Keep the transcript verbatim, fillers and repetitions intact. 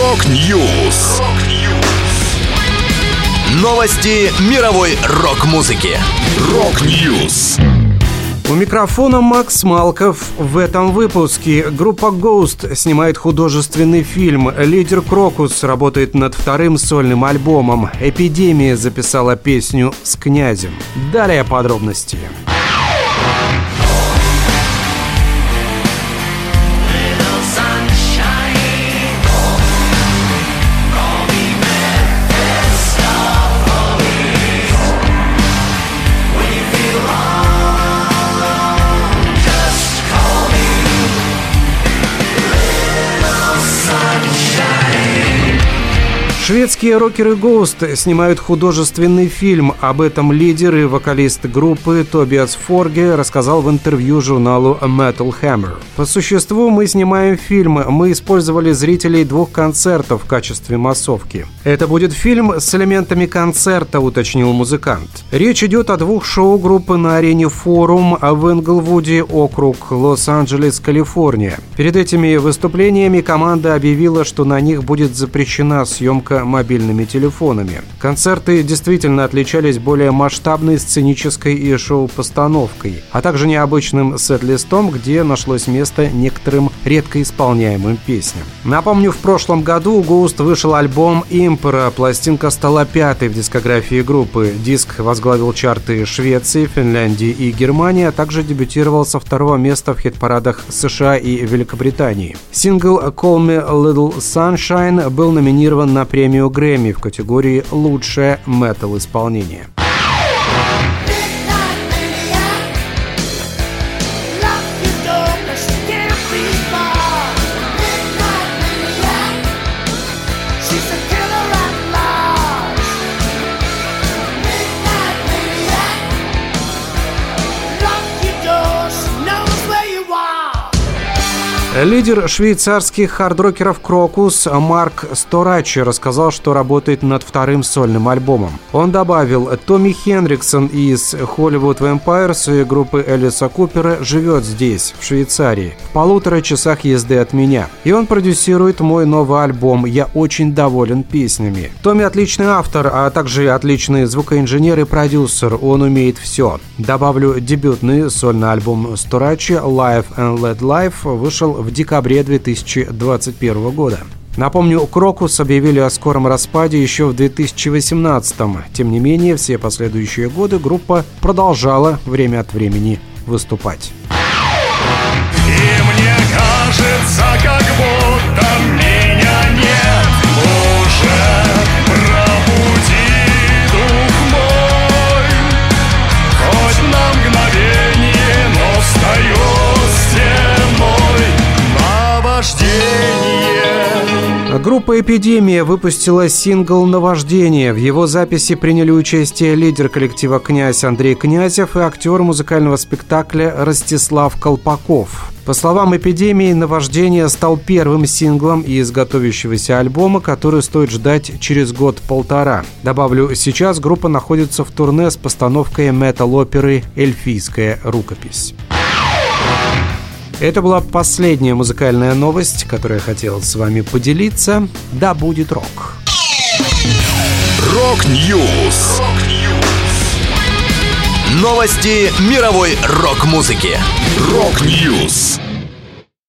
Рок-Ньюс. Новости мировой рок-музыки. Рок-Ньюс. У микрофона Макс Малков. В этом выпуске группа Ghost снимает художественный фильм. Лидер Крокус работает над вторым сольным альбомом. Эпидемия записала песню с князем. Далее подробности. Шведские рокеры Ghost снимают художественный фильм. Об этом лидер и вокалист группы Тобиас Форге рассказал в интервью журналу Metal Hammer. По существу мы снимаем фильм. Мы использовали зрителей двух концертов в качестве массовки. Это будет фильм с элементами концерта, уточнил музыкант. Речь идет о двух шоу группы на арене Форум в Инглвуде, округ Лос-Анджелес, Калифорния. Перед этими выступлениями команда объявила, что на них будет запрещена съемка мобильными телефонами. Концерты действительно отличались более масштабной сценической и шоу-постановкой, а также необычным сет-листом, где нашлось место некоторым редко исполняемым песням. Напомню, в прошлом году у Ghost вышел альбом «Импера». Пластинка стала пятой в дискографии группы. Диск возглавил чарты Швеции, Финляндии и Германии, а также дебютировал со второго места в хит-парадах США и Великобритании. Сингл «Call Me a Little Sunshine» был номинирован на премию Грэмми в категории «Лучшее метал-исполнение». Лидер швейцарских хард-рокеров Крокус Марк Сторачи рассказал, что работает над вторым сольным альбомом. Он добавил: «Томми Хендриксон из Hollywood Vampires и группы Элиса Купера живет здесь, в Швейцарии, в полутора часах езды от меня. И он продюсирует мой новый альбом. Я очень доволен песнями. Томми отличный автор, а также отличный звукоинженер и продюсер. Он умеет все». Добавлю, дебютный сольный альбом Сторачи «Live and Let Life» вышел в декабре две тысячи двадцать первого года. Напомню, Крокус объявили о скором распаде еще в две тысячи восемнадцатом. Тем не менее, все последующие годы группа продолжала время от времени выступать. И мне кажется, как будто меня нет уже. Пробуди дух мой, хоть на мгновение, но встает стеной наваждение. Группа «Эпидемия» выпустила сингл «Наваждение». В его записи приняли участие лидер коллектива «Князь» Андрей Князев и актер музыкального спектакля Ростислав Колпаков. По словам «Эпидемии», «Наваждение» стал первым синглом из готовящегося альбома, который стоит ждать через год-полтора. Добавлю, сейчас группа находится в турне с постановкой метал-оперы «Эльфийская рукопись». Это была последняя музыкальная новость, которую я хотел с вами поделиться. Да будет рок! Рок-Ньюс. Новости мировой рок-музыки. Рок-Ньюс.